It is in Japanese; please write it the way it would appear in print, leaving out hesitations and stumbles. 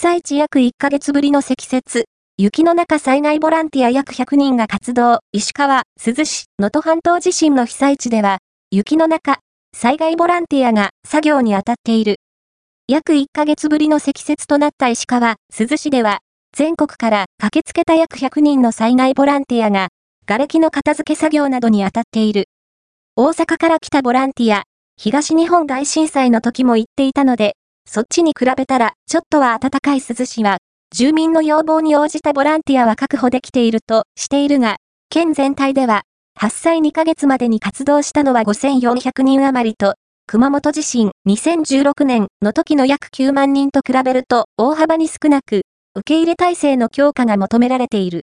災地約1ヶ月ぶりの積雪。雪の中災害ボランティア約100人が活動。石川、珠洲市、能登半島地震の被災地では、雪の中、災害ボランティアが作業に当たっている。約1ヶ月ぶりの積雪となった石川、珠洲市では、全国から駆けつけた約100人の災害ボランティアが、瓦礫の片付け作業などに当たっている。大阪から来たボランティア、東日本大震災の時も行っていたので、そっちに比べたらちょっとは暖かい珠洲市は、住民の要望に応じたボランティアは確保できているとしているが、県全体では、発災2ヶ月までに活動したのは5400人余りと、熊本地震2016年の時の約9万人と比べると大幅に少なく、受け入れ体制の強化が求められている。